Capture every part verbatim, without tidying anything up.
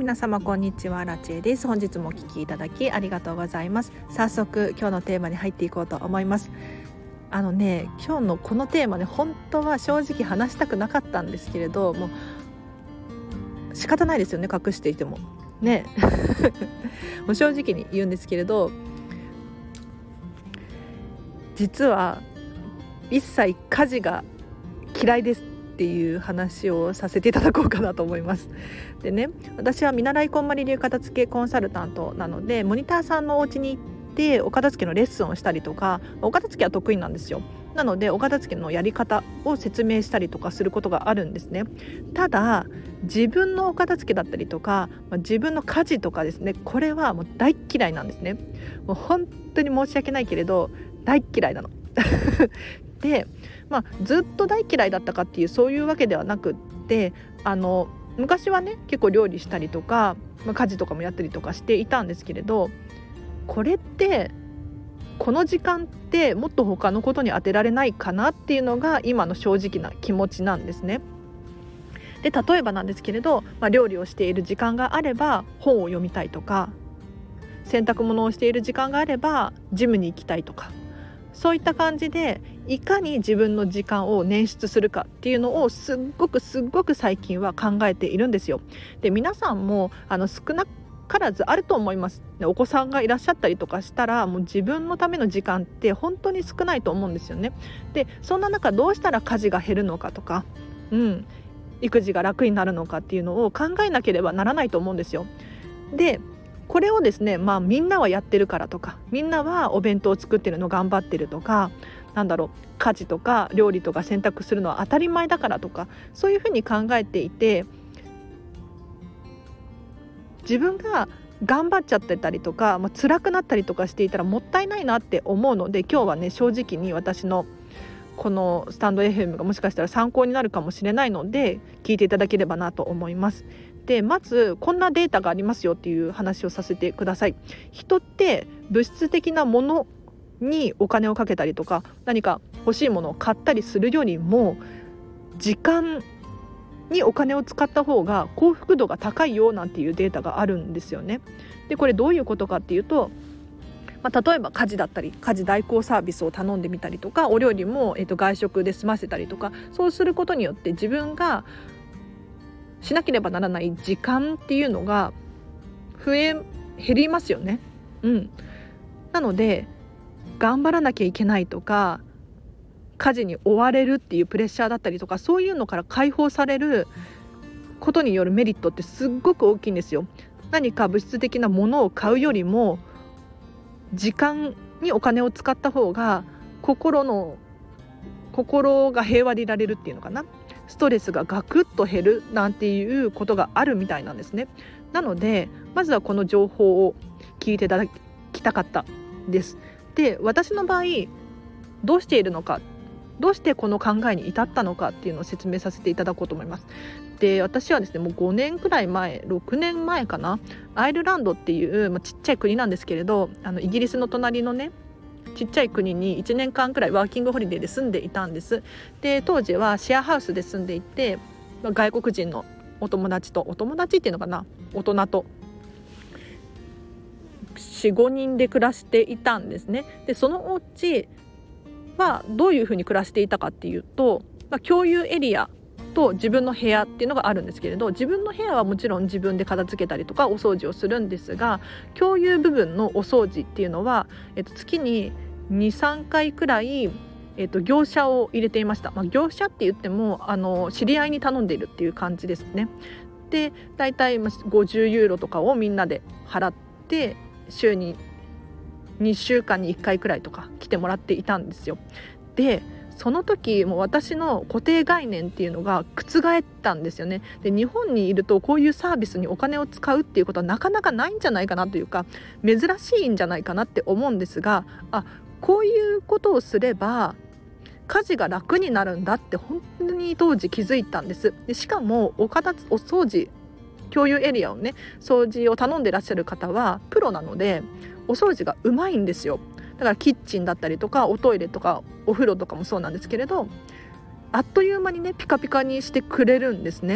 皆様こんにちは、ラチェです。本日もお聞きいただきありがとうございます。早速今日のテーマに入っていこうと思います。あのね今日のこのテーマね、本当は正直話したくなかったんですけれども、仕方ないですよね、隠していてもねもう正直に言うんですけれど、実は一切家事が嫌いですっていう話をさせていただこうかなと思います。でね、私は見習いこんまり流片付けコンサルタントなので、モニターさんのお家に行ってお片付けのレッスンをしたりとか、お片付けは得意なんですよ。なのでお片付けのやり方を説明したりとかすることがあるんですね。ただ自分のお片付けだったりとか、まあ、自分の家事とかですね、これはもう大嫌いなんですね。もう本当に申し訳ないけれど大嫌いなので、まあ、ずっと大嫌いだったかっていうそういうわけではなくって、あの昔はね結構料理したりとか、まあ、家事とかもやったりとかしていたんですけれど、これってこの時間ってもっと他のことに当てられないかなっていうのが今の正直な気持ちなんですね。で例えばなんですけれど、まあ、料理をしている時間があれば本を読みたいとか、洗濯物をしている時間があればジムに行きたいとか、そういった感じでいかに自分の時間を捻出するかっていうのをすっごくすっごく最近は考えているんですよ。で皆さんもあの少なからずあると思います。でお子さんがいらっしゃったりとかしたら、もう自分のための時間って本当に少ないと思うんですよね。でそんな中どうしたら家事が減るのかとか、うん、育児が楽になるのかっていうのを考えなければならないと思うんですよ。でこれをですね、まあみんなはやってるからとか、みんなはお弁当を作ってるの頑張ってるとか、なんだろう、家事とか料理とか洗濯するのは当たり前だからとか、そういうふうに考えていて、自分が頑張っちゃってたりとか、まあ、辛くなったりとかしていたらもったいないなって思うので、今日はね正直に私のこのスタンド エフエム がもしかしたら参考になるかもしれないので聞いていただければなと思います。でまずこんなデータがありますよっていう話をさせてください。人って物質的なものにお金をかけたりとか、何か欲しいものを買ったりするよりも時間にお金を使った方が幸福度が高いよなんていうデータがあるんですよね。でこれどういうことかっていうと、まあ、例えば家事だったり家事代行サービスを頼んでみたりとか、お料理も、えーと、外食で済ませたりとか、そうすることによって自分がしなければならない時間っていうのが増え減りますよね。うん、なので頑張らなきゃいけないとか、家事に追われるっていうプレッシャーだったりとか、そういうのから解放されることによるメリットってすっごく大きいんですよ。何か物質的なものを買うよりも時間にお金を使った方が心の心が平和でいられるっていうのかな、ストレスがガクッと減るなんていうことがあるみたいなんですね。なのでまずはこの情報を聞いていただきたかったです。で私の場合どうしているのか、どうしてこの考えに至ったのかっていうのを説明させていただこうと思います。で私はですね、もうごねんくらい前、ろくねんまえかな、アイルランドっていう、まあ、ちっちゃい国なんですけれど、あのイギリスの隣のねちっちゃい国にいちねんかんくらいワーキングホリデーで住んでいたんです。で当時はシェアハウスで住んでいて、まあ、外国人のお友達とお友達っていうのかな、大人と よん,ご 人で暮らしていたんですね。でそのうちはどういうふうに暮らしていたかっていうと、まあ、共有エリアと自分の部屋っていうのがあるんですけれど、自分の部屋はもちろん自分で片付けたりとかお掃除をするんですが、共有部分のお掃除っていうのは、えっと、月に に,さん 回くらい、えっと、業者を入れていました。まあ、業者って言ってもあの知り合いに頼んでいるっていう感じですね。でだいたいごじゅうユーロとかをみんなで払って週ににしゅうかんにいっかいくらいとか来てもらっていたんですよ。でその時もう私の固定概念っていうのが覆ったんですよね。で日本にいるとこういうサービスにお金を使うっていうことはなかなかないんじゃないかなというか、珍しいんじゃないかなって思うんですが、あこういうことをすれば家事が楽になるんだって本当に当時気づいたんです。でしかもお片お掃除共有エリアをね掃除を頼んでらっしゃる方はプロなのでお掃除がうまいんですよ。だからキッチンだったりとかおトイレとかお風呂とかもそうなんですけれど、あっという間にねピカピカにしてくれるんですね。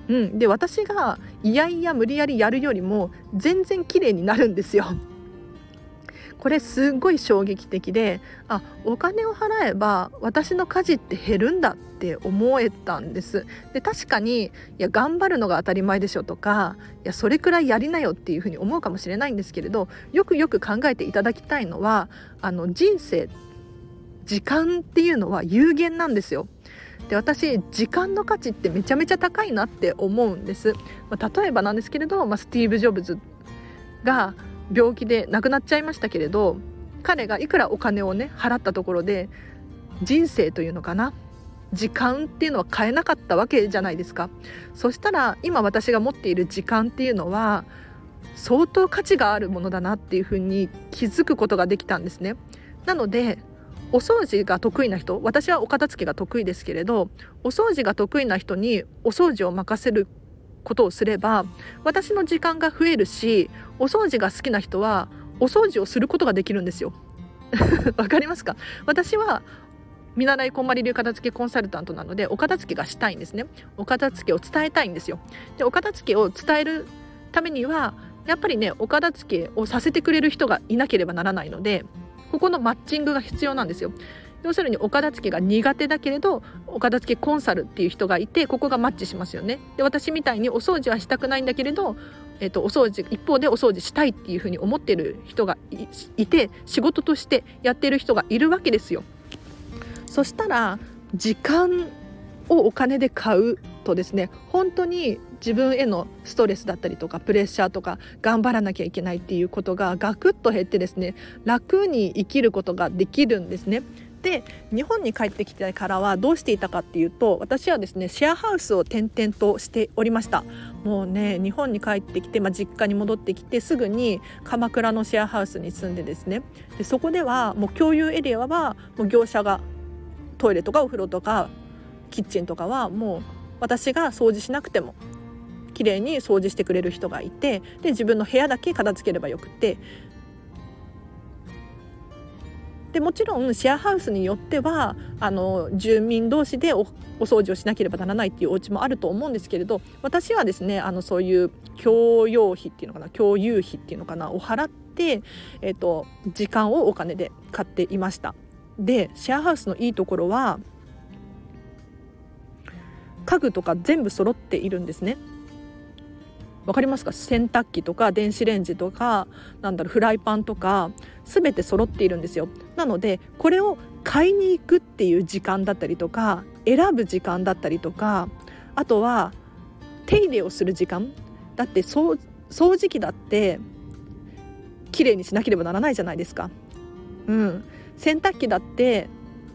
うん、で私がいやいや無理やりやるよりも全然綺麗になるんですよ。これすごい衝撃的で、あ、お金を払えば私の家事って減るんだって思えたんです。で確かに、いや頑張るのが当たり前でしょとか、いやそれくらいやりなよっていうふうに思うかもしれないんですけれど、よくよく考えていただきたいのは、あの人生時間っていうのは有限なんですよ。で私時間の価値ってめちゃめちゃ高いなって思うんです、まあ、例えばなんですけれど、まあ、スティーブ・ジョブズが病気で亡くなっちゃいましたけれど、彼がいくらお金をね払ったところで人生というのかな、時間っていうのは買えなかったわけじゃないですか。そしたら今私が持っている時間っていうのは相当価値があるものだなっていうふうに気づくことができたんですね。なのでお掃除が得意な人、私はお片付けが得意ですけれど、お掃除が得意な人にお掃除を任せることをすれば私の時間が増えるし、お掃除が好きな人はお掃除をすることができるんですよ。わかりますか？私は見習いこんまり流片付けコンサルタントなのでお片付けがしたいんですね。お片付けを伝えたいんですよ。でお片付けを伝えるためにはやっぱりねお片付けをさせてくれる人がいなければならないので、ここのマッチングが必要なんですよ。要するにお片付けが苦手だけれどお片付けコンサルっていう人がいて、ここがマッチしますよね。で私みたいにお掃除はしたくないんだけれど、えっと、お掃除一方でお掃除したいっていうふうに思っている人が い, いて仕事としてやっている人がいるわけですよ。そしたら時間をお金で買うとですね、本当に自分へのストレスだったりとかプレッシャーとか頑張らなきゃいけないっていうことがガクッと減ってですね、楽に生きることができるんですね。で日本に帰ってきてからはどうしていたかっていうと、私はですねシェアハウスを転々としておりました。もうね日本に帰ってきて、まあ、実家に戻ってきてすぐに鎌倉のシェアハウスに住んでですね、でそこではもう共有エリアはもう業者がトイレとかお風呂とかキッチンとかはもう私が掃除しなくても綺麗に掃除してくれる人がいて、で自分の部屋だけ片付ければよくて、でもちろんシェアハウスによってはあの住民同士で お, お掃除をしなければならないっていうお家もあると思うんですけれど、私はですねあのそういう共用費っていうのかな共有費っていうのかなを払って、えーと、時間をお金で買っていました。でシェアハウスのいいところは家具とか全部揃っているんですね。わかりますか？洗濯機とか電子レンジとかなんだろうフライパンとか全て揃っているんですよ。なのでこれを買いに行くっていう時間だったりとか選ぶ時間だったりとか、あとは手入れをする時間だって、掃除機だってきれいにしなければならないじゃないですか。うん、洗濯機だって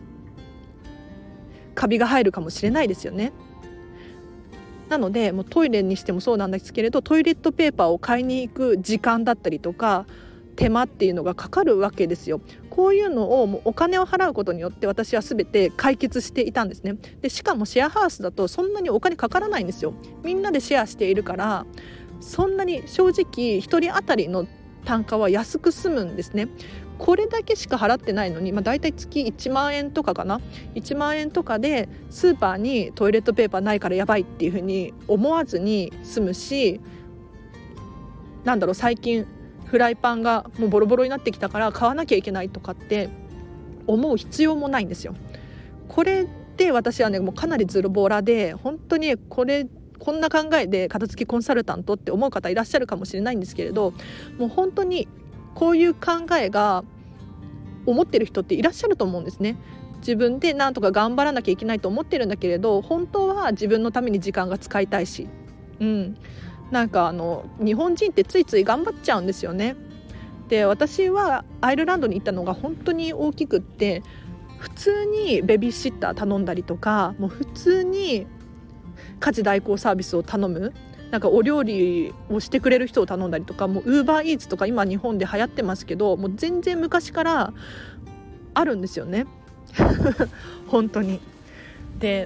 カビが入るかもしれないですよね。なのでもうトイレにしてもそうなんですけれど、トイレットペーパーを買いに行く時間だったりとか手間っていうのがかかるわけですよ。こういうのをもうお金を払うことによって私は全て解決していたんですね。でしかもシェアハウスだとそんなにお金かからないんですよ。みんなでシェアしているからそんなに正直ひとり当たりの単価は安く済むんですね。これだけしか払ってないのに、まあ、だいたい月いちまんえんとかかないちまんえんとかでスーパーにトイレットペーパーないからやばいっていう風に思わずに済むし、なんだろう最近フライパンがもうボロボロになってきたから買わなきゃいけないとかって思う必要もないんですよ。これで私はねもうかなりズルボラで、本当にこれこんな考えで片付けコンサルタントって思う方いらっしゃるかもしれないんですけれど、もう本当にこういう考えが思ってる人っていらっしゃると思うんですね。自分でなんとか頑張らなきゃいけないと思ってるんだけれど、本当は自分のために時間が使いたいし、うん、なんかあの日本人ってついつい頑張っちゃうんですよね。で私はアイルランドに行ったのが本当に大きくって、普通にベビーシッター頼んだりとか、もう普通に家事代行サービスを頼む、なんかお料理をしてくれる人を頼んだりとか、もうウーバーイーツとか今日本で流行ってますけど、もう全然昔からあるんですよね本当に。で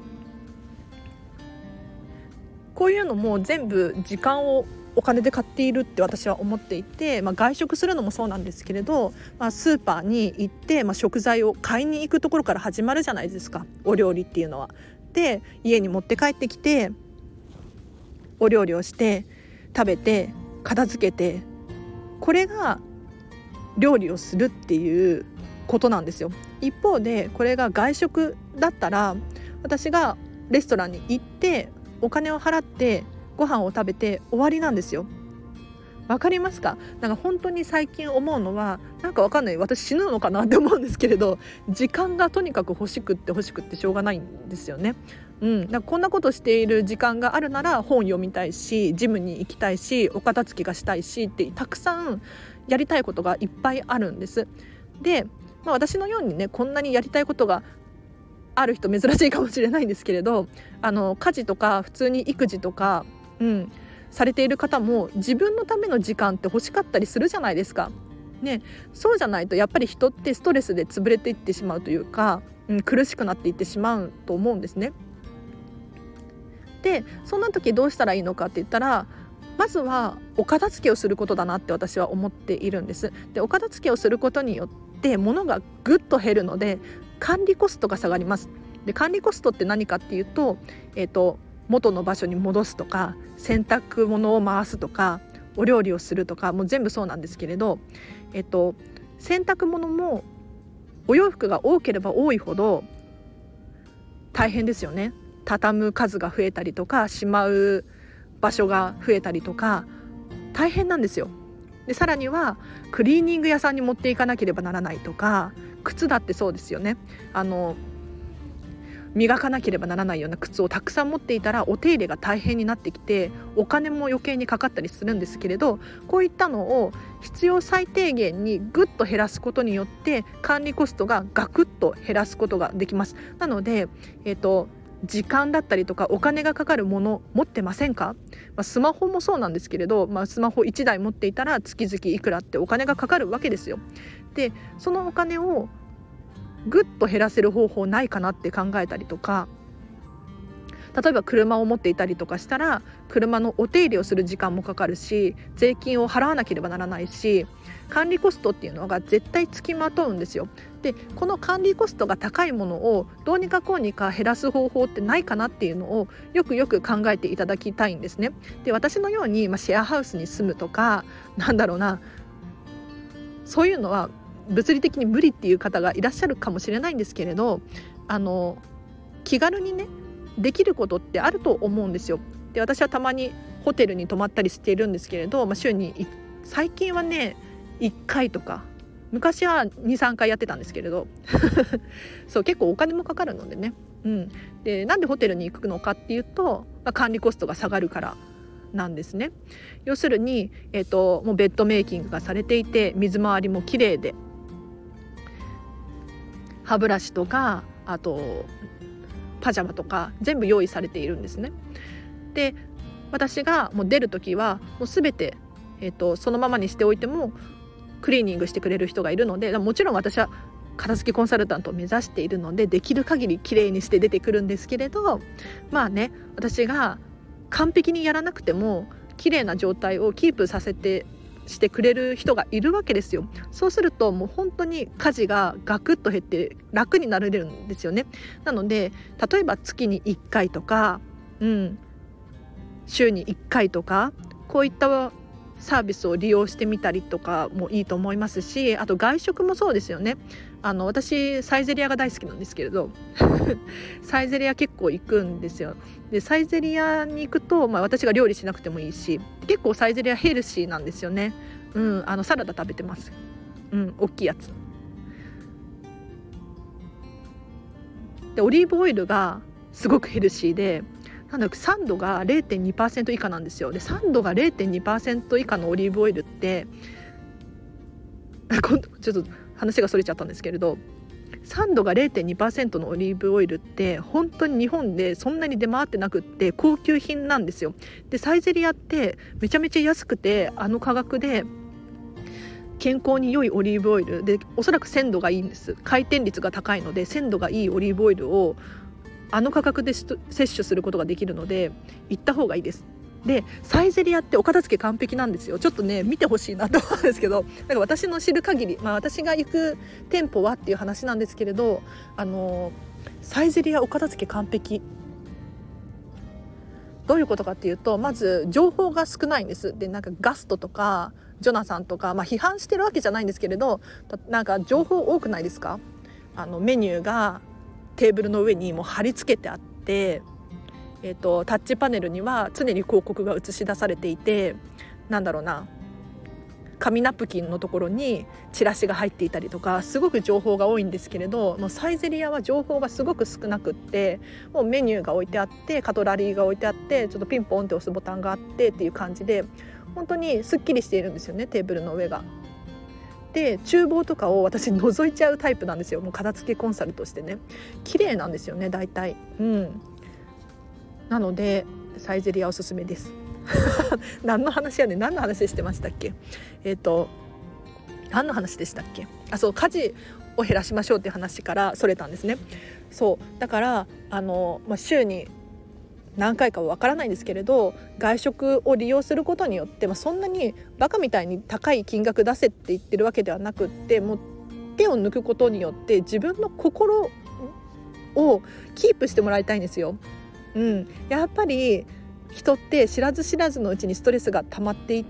こういうのも全部時間をお金で買っているって私は思っていて、まあ、外食するのもそうなんですけれど、まあ、スーパーに行って、まあ、食材を買いに行くところから始まるじゃないですか、お料理っていうのは。で家に持って帰ってきてお料理をして食べて片付けて、これが料理をするっていうことなんですよ。一方でこれが外食だったら、私がレストランに行ってお金を払ってご飯を食べて終わりなんですよ。わかりますか？なんか本当に最近思うのは、なんかわかんない、私死ぬのかなって思うんですけれど、時間がとにかく欲しくって欲しくってしょうがないんですよね。うん、だからこんなことしている時間があるなら本読みたいし、ジムに行きたいし、お片付けがしたいしってたくさんやりたいことがいっぱいあるんです。で、まあ、私のようにねこんなにやりたいことがある人珍しいかもしれないんですけれど、あの家事とか普通に育児とか、うんされている方も自分のための時間って欲しかったりするじゃないですか、ね、そうじゃないとやっぱり人ってストレスで潰れていってしまうというか、うん、苦しくなっていってしまうと思うんですね。でそんな時どうしたらいいのかって言ったら、まずはお片付けをすることだなって私は思っているんです。でお片付けをすることによって物がぐっと減るので管理コストが下がります。で管理コストって何かっていうと、えーと元の場所に戻すとか、洗濯物を回すとか、お料理をするとか、もう全部そうなんですけれど、えっと、洗濯物もお洋服が多ければ多いほど大変ですよね。畳む数が増えたりとか、しまう場所が増えたりとか大変なんですよ。でさらにはクリーニング屋さんに持っていかなければならないとか、靴だってそうですよね。あの磨かなければならないような靴をたくさん持っていたらお手入れが大変になってきて、お金も余計にかかったりするんですけれど、こういったのを必要最低限にぐっと減らすことによって管理コストがガクッと減らすことができます。なので、えーと、時間だったりとかお金がかかるもの持ってませんか？まあ、スマホもそうなんですけれど、まあ、スマホいちだい持っていたら月々いくらってお金がかかるわけですよ。でそのお金をぐっと減らせる方法ないかなって考えたりとか、例えば車を持っていたりとかしたら車のお手入れをする時間もかかるし、税金を払わなければならないし、管理コストっていうのが絶対つきまとうんですよ。でこの管理コストが高いものをどうにかこうにか減らす方法ってないかなっていうのをよくよく考えていただきたいんですね。で私のように、まあ、シェアハウスに住むとか、なんだろうな、そういうのは物理的に無理っていう方がいらっしゃるかもしれないんですけれど、あの気軽にねできることってあると思うんですよ。で私はたまにホテルに泊まったりしているんですけれど、まあ、週に最近はねいっかいとか、昔は にさんかいやってたんですけれどそう結構お金もかかるのでね、うん、でなんでホテルに行くのかっていうと、まあ、管理コストが下がるからなんですね。要するに、えーと、もうベッドメイキングがされていて、水回りも綺麗で、歯ブラシとかあとパジャマとか全部用意されているんですね。で私がもう出るときはもう全て、えーと、そのままにしておいてもクリーニングしてくれる人がいるので、もちろん私は片付けコンサルタントを目指しているのでできる限りきれいにして出てくるんですけれど、まあね、私が完璧にやらなくてもきれいな状態をキープさせてしてくれる人がいるわけですよ。そうするともう本当に家事がガクッと減って楽になれるんですよね。なので例えば月にいっかいとか、うん、週にいっかいとか、こういったサービスを利用してみたりとかもいいと思いますし、あと外食もそうですよね。あの私サイゼリヤが大好きなんですけれどサイゼリヤ結構行くんですよ。でサイゼリヤに行くと、まあ、私が料理しなくてもいいし、結構サイゼリヤヘルシーなんですよね。うん、あのサラダ食べてます。うん、大きいやつで、オリーブオイルがすごくヘルシーで、なんだろう、酸度が れいてんにパーセント 以下なんですよ。で酸度が れいてんにパーセント 以下のオリーブオイルってちょっと話がそれちゃったんですけれど、酸度が れいてんにパーセント のオリーブオイルって本当に日本でそんなに出回ってなくって高級品なんですよ。でサイゼリヤってめちゃめちゃ安くて、あの価格で健康に良いオリーブオイルで、おそらく鮮度がいいんです。回転率が高いので鮮度がいいオリーブオイルをあの価格で摂取することができるので行った方がいいです。でサイゼリヤってお片付け完璧なんですよ。ちょっとね見てほしいなと思うんですけど、なんか私の知る限り、まあ、私が行く店舗はっていう話なんですけれど、あのサイゼリヤお片付け完璧どういうことかっていうと、まず情報が少ないんです。でなんかガストとかジョナサンとか、まあ、批判してるわけじゃないんですけれど、なんか情報多くないですか？あのメニューがテーブルの上にもう貼り付けてあって、えーと、タッチパネルには常に広告が映し出されていて、なんだろうな、紙ナプキンのところにチラシが入っていたりとか、すごく情報が多いんですけれど、もうサイゼリヤは情報がすごく少なくって、もうメニューが置いてあって、カトラリーが置いてあって、ちょっとピンポンって押すボタンがあってっていう感じで、本当にすっきりしているんですよね、テーブルの上が。で厨房とかを私覗いちゃうタイプなんですよ。もう片付けコンサルとしてね、綺麗なんですよね大体。うんなのでサイゼリヤおすすめです何の話やねん、何の話してましたっけ。えっと何の話でしたっけ。あ、そう、家事を減らしましょうっていう話からそれたんですね。そうだからあの、まあ、週に何回かは分からないんですけれど、外食を利用することによって、まあ、そんなにバカみたいに高い金額出せって言ってるわけではなくって、もう手を抜くことによって自分の心をキープしてもらいたいんですよ。うん、やっぱり人って知らず知らずのうちにストレスが溜まっていって、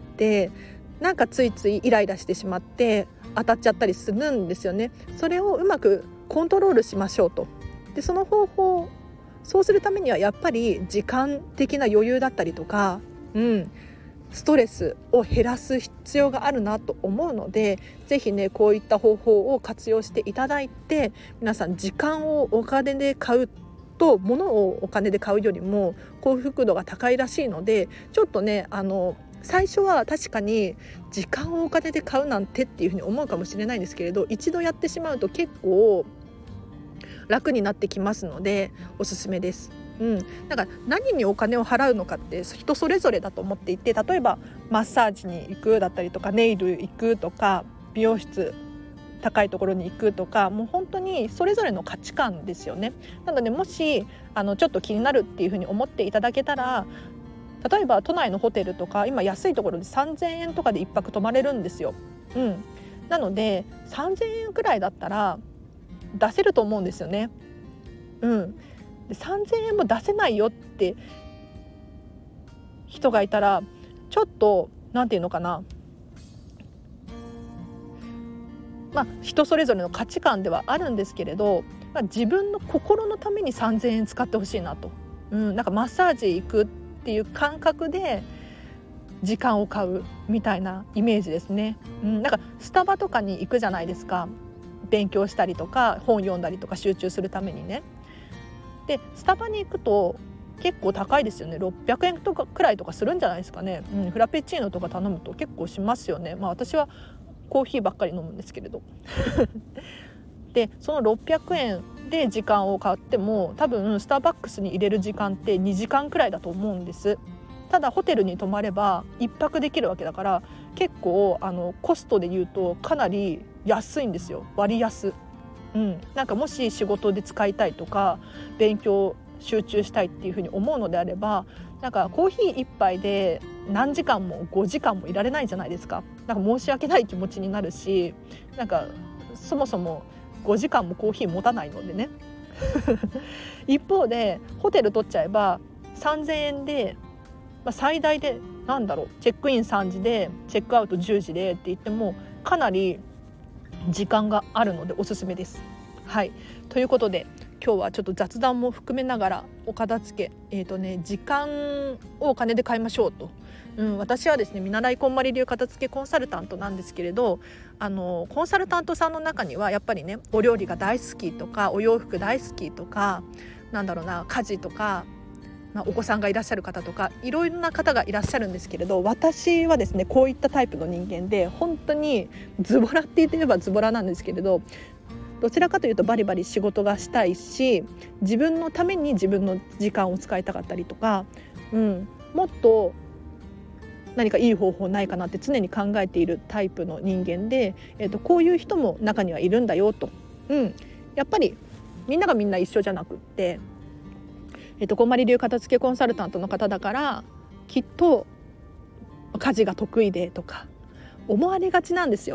なんかついついイライラしてしまって当たっちゃったりするんですよね。それをうまくコントロールしましょうと。でその方法、そうするためにはやっぱり時間的な余裕だったりとか、うん、ストレスを減らす必要があるなと思うので、ぜひねこういった方法を活用していただいて、皆さん時間をお金で買うと物をお金で買うよりも幸福度が高いらしいので、ちょっとねあの最初は確かに時間をお金で買うなんてっていうふうに思うかもしれないんですけれど、一度やってしまうと結構楽になってきますのでおすすめです。うん、だから何にお金を払うのかって人それぞれだと思っていて、例えばマッサージに行くだったりとか、ネイル行くとか、美容室高いところに行くとか、もう本当にそれぞれの価値観ですよね。なのでもしあのちょっと気になるっていうふうに思っていただけたら、例えば都内のホテルとか今安いところでさんぜんえんとかでいっぱく泊まれるんですよ。うん、なのでさんぜんえんくらいだったら出せると思うんですよね。うん、でさんぜんえんも出せないよって人がいたら、ちょっとなんていうのかな、まあ人それぞれの価値観ではあるんですけれど、まあ、自分の心のためにさんぜんえん使ってほしいなと。うん、なんかマッサージ行くっていう感覚で時間を買うみたいなイメージですね。うん、なんかスタバとかに行くじゃないですか。勉強したりとか本読んだりとか集中するためにね。でスタバに行くと結構高いですよね。ろっぴゃくえんとかくらいとかするんじゃないですかね。うん、フラペチーノとか頼むと結構しますよね。まあ私はコーヒーばっかり飲むんですけれどでそのろっぴゃくえんで時間を買っても多分スターバックスに入れる時間ってにじかんくらいだと思うんです。ただホテルに泊まればいっぱくできるわけだから、結構あのコストで言うとかなり安いんですよ。割安。うん、なんかもし仕事で使いたいとか勉強集中したいっていうふうに思うのであれば、なんかコーヒー一杯で何時間もごじかんもいられないじゃないですか。なんか申し訳ない気持ちになるし、なんかそもそもごじかんもコーヒー持たないのでね一方でホテル取っちゃえばさんぜんえんで、まあ、最大でなんだろう、チェックインさんじでチェックアウトじゅうじでって言ってもかなり時間があるのでおすすめです。はい、ということで今日はちょっと雑談も含めながらお片付け、えーとね、時間をお金で買いましょうと。うん、私はですね見習いこんまり流片付けコンサルタントなんですけれど、あのコンサルタントさんの中にはやっぱりねお料理が大好きとかお洋服大好きとか、なんだろうな、家事とか、まあ、お子さんがいらっしゃる方とかいろいろな方がいらっしゃるんですけれど、私はですねこういったタイプの人間で、本当にズボラって言ってればズボラなんですけれど、どちらかというとバリバリ仕事がしたいし、自分のために自分の時間を使いたかったりとか、うん、もっと何かいい方法ないかなって常に考えているタイプの人間で、えーと、こういう人も中にはいるんだよと。うん、やっぱりみんながみんな一緒じゃなくって、えーと、こんまり流片付けコンサルタントの方だからきっと家事が得意でとか思われがちなんですよ。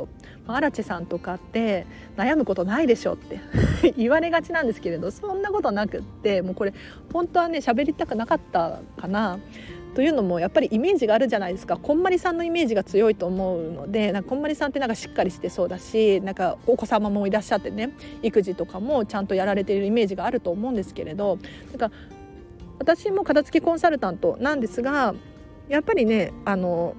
荒地さんとかって悩むことないでしょって言われがちなんですけれど、そんなことなくって、もうこれ本当はね喋りたくなかったかなというのも、やっぱりイメージがあるじゃないですか。こんまりさんのイメージが強いと思うので、なんかこんまりさんってなんかしっかりしてそうだし、なんかお子様もいらっしゃってね、育児とかもちゃんとやられているイメージがあると思うんですけれど、なんか私も片付けコンサルタントなんですが、やっぱりねあの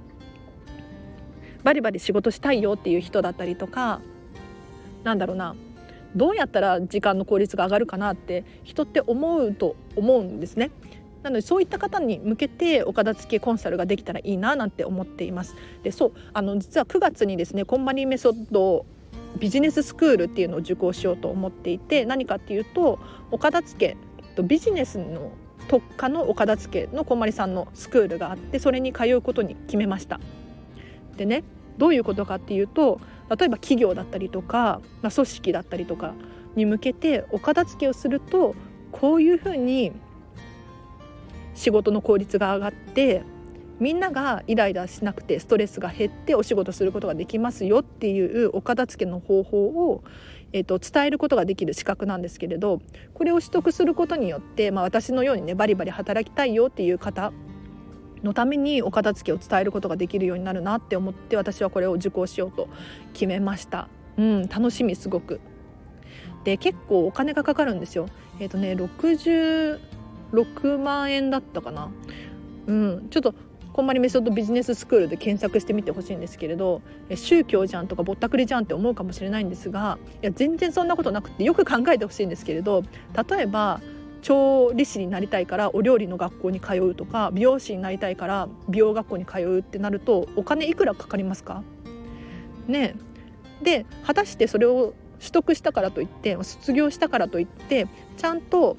バリバリ仕事したいよっていう人だったりとか、なんだろうな、どうやったら時間の効率が上がるかなって人って思うと思うんですね。なのでそういった方に向けてお片付けコンサルができたらいいななんて思っています。で、そうあの実はくがつにですね、こんまりメソッドビジネススクールっていうのを受講しようと思っていて、何かっていうと、お片付けビジネスの特化のお片付けのこんまりさんのスクールがあって、それに通うことに決めました。でね、どういうことかっていうと、例えば企業だったりとか、まあ、組織だったりとかに向けてお片付けをすると、こういうふうに仕事の効率が上がって、みんながイライラしなくてストレスが減ってお仕事することができますよっていうお片付けの方法を、えーと、伝えることができる資格なんですけれど、これを取得することによって、まあ、私のようにねバリバリ働きたいよっていう方のためにお片付けを伝えることができるようになるなって思って、私はこれを受講しようと決めました。うん、楽しみすごく。で、結構お金がかかるんですよ。えっとねろくじゅうろくまんえんだったかな。うん、ちょっとこんまりメソッドビジネススクールで検索してみてほしいんですけれど、宗教じゃんとかぼったくりじゃんって思うかもしれないんですが、いや全然そんなことなくて、よく考えてほしいんですけれど、例えば調理師になりたいからお料理の学校に通うとか、美容師になりたいから美容学校に通うってなると、お金いくらかかりますかね。で、果たしてそれを取得したからといって、卒業したからといってちゃんと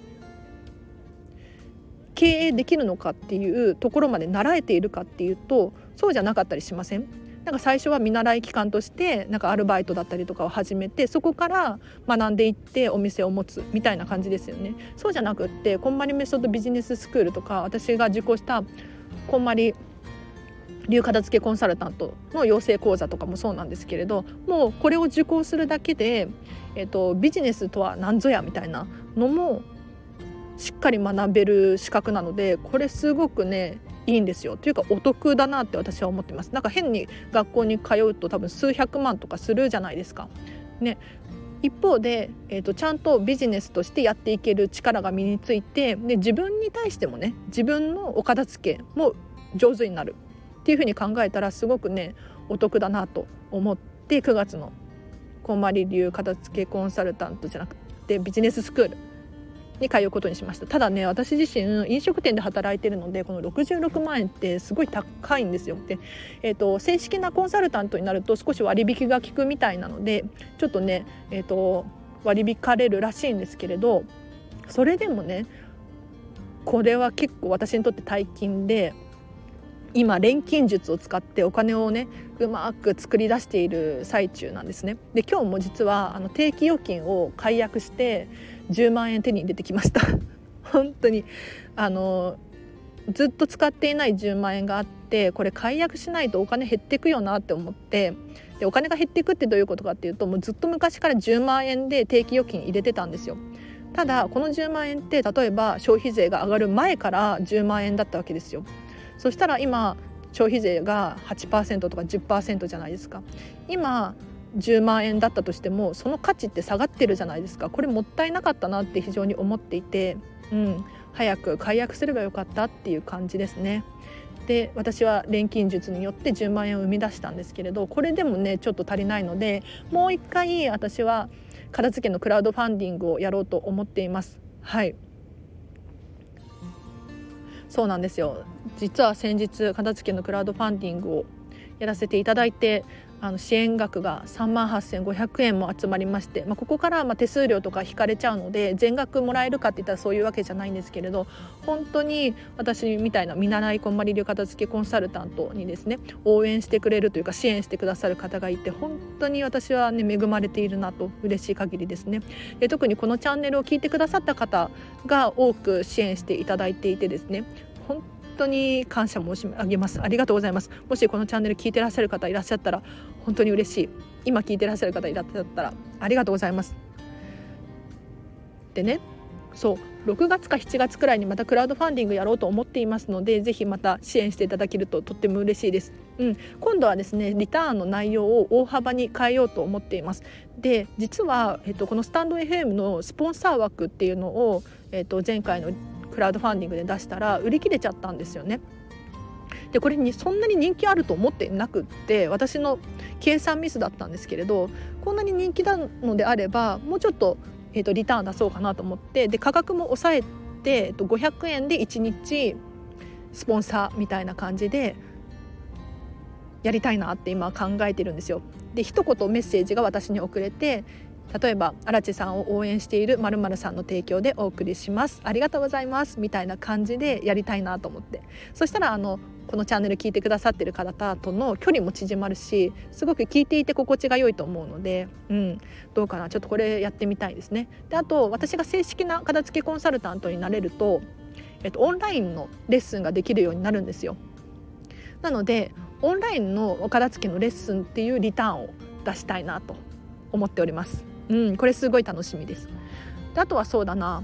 経営できるのかっていうところまで習えているかっていうと、そうじゃなかったりしません？なんか最初は見習い期間としてなんかアルバイトだったりとかを始めて、そこから学んでいってお店を持つみたいな感じですよね。そうじゃなくって、こんまりメソッドビジネススクールとか、私が受講したこんまり流片付けコンサルタントの養成講座とかもそうなんですけれど、もうこれを受講するだけで、えっと、ビジネスとは何ぞやみたいなのもしっかり学べる資格なので、これすごくねいいんですよ。というかお得だなって私は思ってます。なんか変に学校に通うと多分数百万とかするじゃないですかね。一方で、えーと、ちゃんとビジネスとしてやっていける力が身について、で自分に対してもね、自分のお片付けも上手になるっていう風に考えたら、すごくねお得だなと思って、くがつのこんまり流片付けコンサルタントじゃなくてビジネススクールに通うことにしました。ただね、私自身飲食店で働いているので、このろくじゅうろくまんえんってすごい高いんですよ。で、えーと、正式なコンサルタントになると少し割引が効くみたいなので、ちょっとね、えーと、割り引かれるらしいんですけれど、それでもねこれは結構私にとって大金で、今錬金術を使ってお金をねうまく作り出している最中なんですね。で、今日も実はあの定期預金を解約してじゅうまんえん手に入れてきました本当にあのずっと使っていないじゅうまんえんがあって、これ解約しないとお金減っていくよなって思って、でお金が減っていくってどういうことかっていうと、もうずっと昔からじゅうまんえんで定期預金入れてたんですよ。ただこのじゅうまんえんって例えば消費税が上がる前からじゅうまんえんだったわけですよ。そしたら今消費税が はちパーセント とか じゅっパーセント じゃないですか。今じゅうまんえんだったとしてもその価値って下がってるじゃないですか。これもったいなかったなって非常に思っていて、うん、早く解約すればよかったっていう感じですね。で、私は錬金術によってじゅうまんえんを生み出したんですけれど、これでもねちょっと足りないので、もう一回私は片付けのクラウドファンディングをやろうと思っています。はい、そうなんですよ。実は先日片付けのクラウドファンディングをやらせていただいて、あの支援額がさんまんはっせんごひゃくえんも集まりまして、まあ、ここからまあ手数料とか引かれちゃうので全額もらえるかって言ったらそういうわけじゃないんですけれど、本当に私みたいな見習いこんまり流片付けコンサルタントにですね応援してくれるというか支援してくださる方がいて、本当に私はね恵まれているなと嬉しい限りですね。で、特にこのチャンネルを聞いてくださった方が多く支援していただいていてですね、本当に感謝申し上げます。ありがとうございます。もしこのチャンネル聞いてらっしゃる方いらっしゃったら本当に嬉しい。今聞いてらっしゃる方いらっしゃったらありがとうございます。でね、そうろくがつかしちがつくらいにまたクラウドファンディングやろうと思っていますので、ぜひまた支援していただけるととっても嬉しいです。うん、今度はですねリターンの内容を大幅に変えようと思っています。で実は、えっと、このスタンド エフエム のスポンサー枠っていうのを、えっと、前回のクラウドファンディングで出したら売り切れちゃったんですよね。でこれにそんなに人気あると思ってなくって、私の計算ミスだったんですけれど、こんなに人気なのであればもうちょっと、えーと、リターン出そうかなと思って、で価格も抑えて、えーと、ごひゃくえんでいちにちスポンサーみたいな感じでやりたいなって今考えてるんですよ。で一言メッセージが私に送れて、例えば荒地さんを応援している〇〇さんの提供でお送りします、ありがとうございますみたいな感じでやりたいなと思って、そしたらあのこのチャンネル聞いてくださってる方との距離も縮まるし、すごく聞いていて心地が良いと思うので、うん、どうかな、ちょっとこれやってみたいですね。であと私が正式な片付けコンサルタントになれると、えっと、オンラインのレッスンができるようになるんですよ。なのでオンラインのお片付けのレッスンっていうリターンを出したいなと思っております。うん、これすごい楽しみです。であとはそうだな、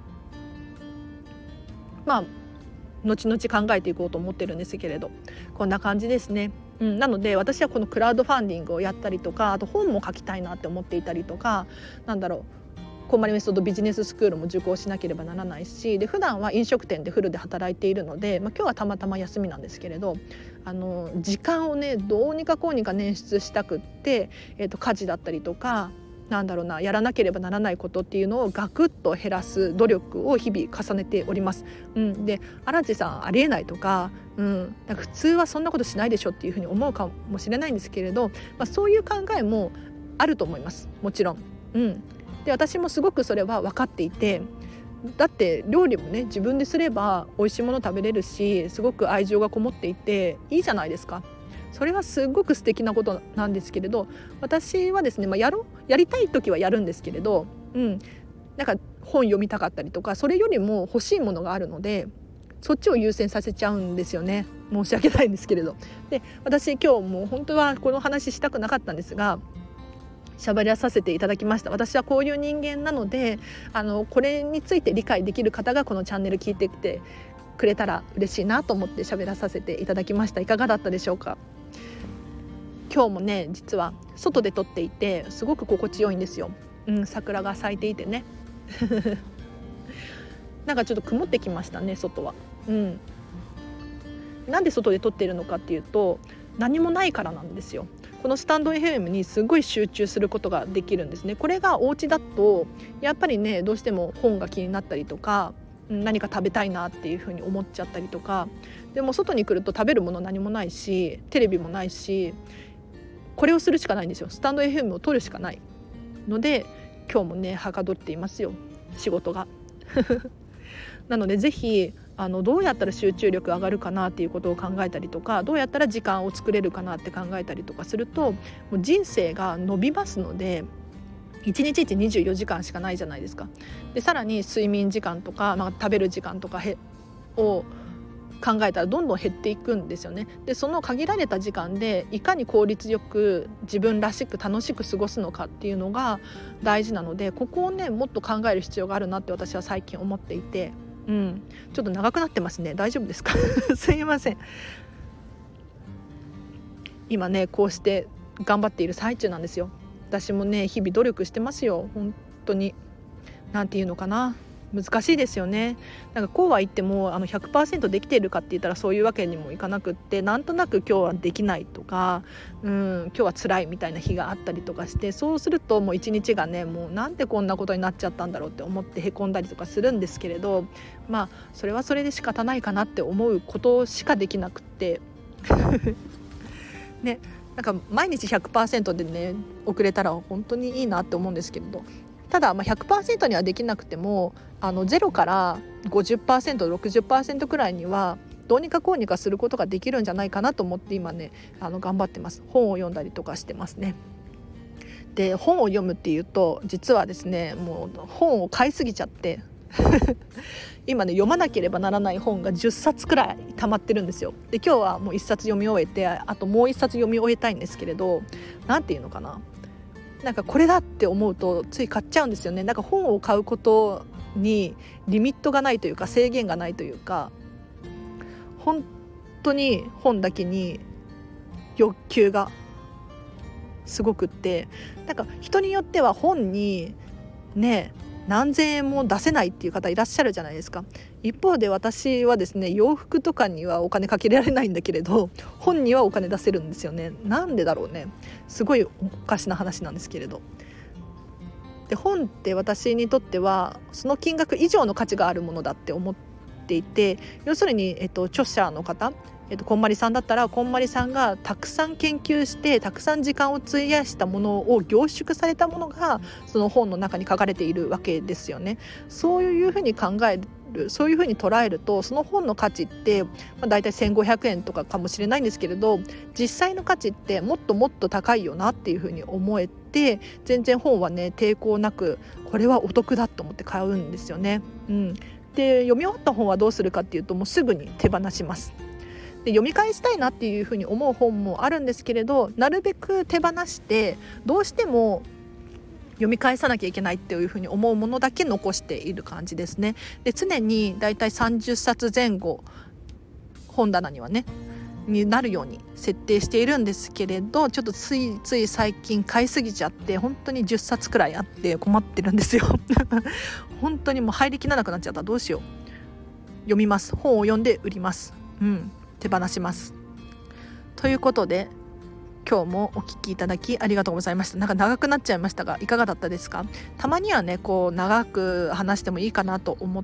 まあ後々考えていこうと思ってるんですけれど、こんな感じですね。うん、なので私はこのクラウドファンディングをやったりとか、あと本も書きたいなって思っていたりとか、なんだろうこんまりメソッドビジネススクールも受講しなければならないし、で普段は飲食店でフルで働いているので、まあ、今日はたまたま休みなんですけれど、あの時間をねどうにかこうにか捻出したくって、えーと、家事だったりとかなんだろうなやらなければならないことっていうのをガクッと減らす努力を日々重ねております。うん、で荒地さんありえないとか、うん、なんか普通はそんなことしないでしょっていうふうに思うかもしれないんですけれど、まあ、そういう考えもあると思います。もちろん、うん、で私もすごくそれは分かっていて、だって料理もね自分ですれば美味しいもの食べれるし、すごく愛情がこもっていていいじゃないですか。それはすごく素敵なことなんですけれど、私はですね、まあ、やろやりたい時はやるんですけれど、うん、なんか本読みたかったりとか、それよりも欲しいものがあるのでそっちを優先させちゃうんですよね。申し訳ないんですけれど。で私今日もう本当はこの話したくなかったんですが喋らさせていただきました。私はこういう人間なので、あのこれについて理解できる方がこのチャンネル聞いてきてくれたら嬉しいなと思って喋らさせていただきました。いかがだったでしょうか。今日もね実は外で撮っていてすごく心地よいんですよ。うん、桜が咲いていてねなんかちょっと曇ってきましたね外は。うん、なんで外で撮っているのかっていうと何もないからなんですよ。このスタンド エフエム にすごい集中することができるんですね。これがお家だとやっぱりねどうしても本が気になったりとか何か食べたいなっていうふうに思っちゃったりとか、でも外に来ると食べるもの何もないしテレビもないし、これをするしかないんですよ。スタンド エフエム を撮るしかないので今日もねはかどっていますよ仕事がなのでぜひあのどうやったら集中力上がるかなっていうことを考えたりとか、どうやったら時間を作れるかなって考えたりとかするともう人生が伸びますので、いちにちってにじゅうよじかんしかないじゃないですか。でさらに睡眠時間とか、まあ、食べる時間とかへを考えたらどんどん減っていくんですよね。でその限られた時間でいかに効率よく自分らしく楽しく過ごすのかっていうのが大事なので、ここをねもっと考える必要があるなって私は最近思っていて、うん、ちょっと長くなってますね。大丈夫ですかすいません。今ねこうして頑張っている最中なんですよ。私もね日々努力してますよ。本当になんていうのかな、難しいですよね。なんかこうは言ってもあの ひゃくパーセント できているかって言ったらそういうわけにもいかなくって、なんとなく今日はできないとか、うん今日は辛いみたいな日があったりとかして、そうするともう一日がねもうなんでこんなことになっちゃったんだろうって思ってへこんだりとかするんですけれど、まあそれはそれで仕方ないかなって思うことしかできなくってね、なんか毎日 ひゃくパーセント でね遅れたら本当にいいなって思うんですけれど、ただまあ ひゃくパーセント にはできなくてもあのゼロから ごじゅっパーセント、ろくじゅっパーセント くらいにはどうにかこうにかすることができるんじゃないかなと思って今ねあの頑張ってます。本を読んだりとかしてますね。で本を読むっていうと実はですねもう本を買いすぎちゃって今ね読まなければならない本がじゅっさつくらい溜まってるんですよ。で今日はもういっさつ読み終えて、あともういっさつ読み終えたいんですけれど、なんていうのかな、なんかこれだって思うとつい買っちゃうんですよね。なんか本を買うことにリミットがないというか制限がないというか、本当に本だけに欲求がすごくって、なんか人によっては本にね何千円も出せないっていう方いらっしゃるじゃないですか。一方で私はですね、洋服とかにはお金かけられないんだけれど本にはお金出せるんですよね。なんでだろうね、すごいおかしな話なんですけれど。で本って私にとってはその金額以上の価値があるものだって思っていて、要するに、えっと、著者の方、えっと、こんまりさんだったらこんまりさんがたくさん研究してたくさん時間を費やしたものを凝縮されたものがその本の中に書かれているわけですよね。そういうふうに考える、そういうふうに捉えるとその本の価値って、まあ、だいたいせんごひゃくえんとかかもしれないんですけれど、実際の価値ってもっともっと高いよなっていうふうに思えて、全然本はね抵抗なくこれはお得だと思って買うんですよね。うん、で読み終わった本はどうするかっていうと、もうすぐに手放します。で読み返したいなっていうふうに思う本もあるんですけれど、なるべく手放して、どうしても読み返さなきゃいけないっていうふうに思うものだけ残している感じですね。で常にだいたいさんじゅっさつぜん後本棚にはねになるように設定しているんですけれど、ちょっとついつい最近買いすぎちゃって本当にじゅっさつくらいあって困ってるんですよ本当にもう入りきらなくなっちゃった。どうしよう。読みます。本を読んで売ります。うん手放します。ということで今日もお聞きいただきありがとうございました。なんか長くなっちゃいましたがいかがだったですか？たまにはねこう長く話してもいいかなと思って、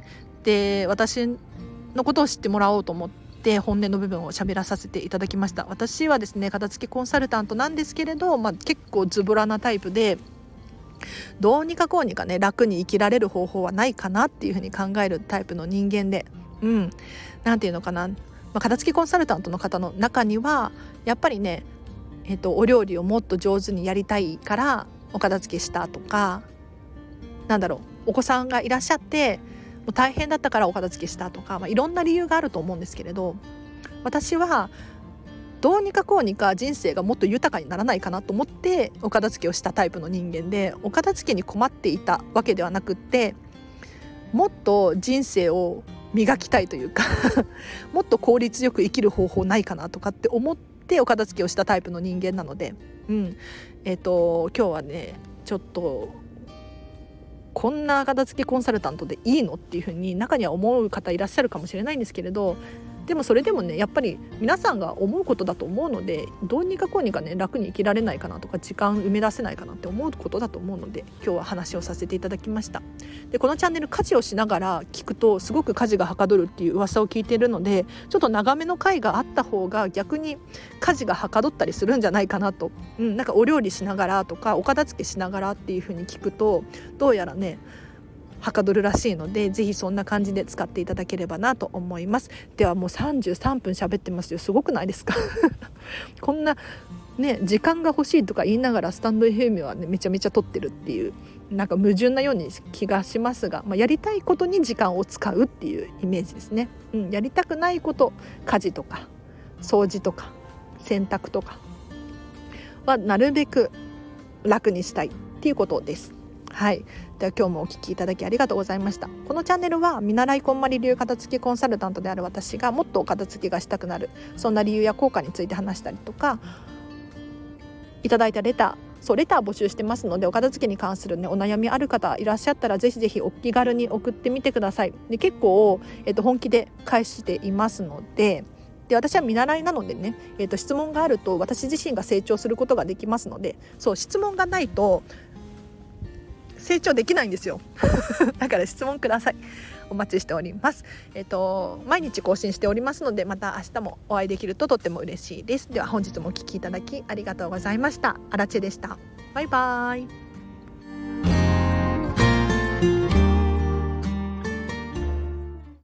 で私のことを知ってもらおうと思って本音の部分を喋らさせていただきました。私はですね片付けコンサルタントなんですけれど、まあ、結構ズボラなタイプで、どうにかこうにかね楽に生きられる方法はないかなっていうふうに考えるタイプの人間で、うんなんていうのかな、まあ、片付けコンサルタントの方の中にはやっぱりね、えーと、お料理をもっと上手にやりたいからお片付けしたとか、なんだろうお子さんがいらっしゃってもう大変だったからお片付けしたとか、まあ、いろんな理由があると思うんですけれど、私はどうにかこうにか人生がもっと豊かにならないかなと思ってお片付けをしたタイプの人間で、お片付けに困っていたわけではなくって、もっと人生を磨きたいというかもっと効率よく生きる方法ないかなとかって思ってお片付けをしたタイプの人間なので、うんえーと、今日はねちょっとこんな片付けコンサルタントでいいのっていうふうに中には思う方いらっしゃるかもしれないんですけれど、でもそれでもねやっぱり皆さんが思うことだと思うので、どうにかこうにかね楽に生きられないかなとか時間埋め出せないかなって思うことだと思うので、今日は話をさせていただきました。でこのチャンネル家事をしながら聞くとすごく家事がはかどるっていう噂を聞いているので、ちょっと長めの回があった方が逆に家事がはかどったりするんじゃないかなと、うん、なんかお料理しながらとかお片付けしながらっていう風に聞くとどうやらねはかどるらしいので、ぜひそんな感じで使っていただければなと思います。ではもうさんじゅうさんぷん喋ってますよ。すごくないですかこんなね時間が欲しいとか言いながらスタンド エフエム はねめちゃめちゃ撮ってるっていう、なんか矛盾なように気がしますが、まあ、やりたいことに時間を使うっていうイメージですね、うん、やりたくないこと、家事とか掃除とか洗濯とかはなるべく楽にしたいっていうことです。はい、では今日もお聞きいただきありがとうございました。このチャンネルは見習いこんまり流片付けコンサルタントである私がもっとお片付けがしたくなる、そんな理由や効果について話したりとか、いただいたレター、そうレター募集してますので、お片付けに関する、ね、お悩みある方いらっしゃったらぜひぜひお気軽に送ってみてください。で結構、えっと、本気で返していますので、で私は見習いなのでね、えっと、質問があると私自身が成長することができますので、そう質問がないと成長できないんですよだから質問ください。お待ちしております。えっと毎日更新しておりますので、また明日もお会いできるととっても嬉しいです。では本日もお聞きいただきありがとうございました。アラチェでした。バイバイ。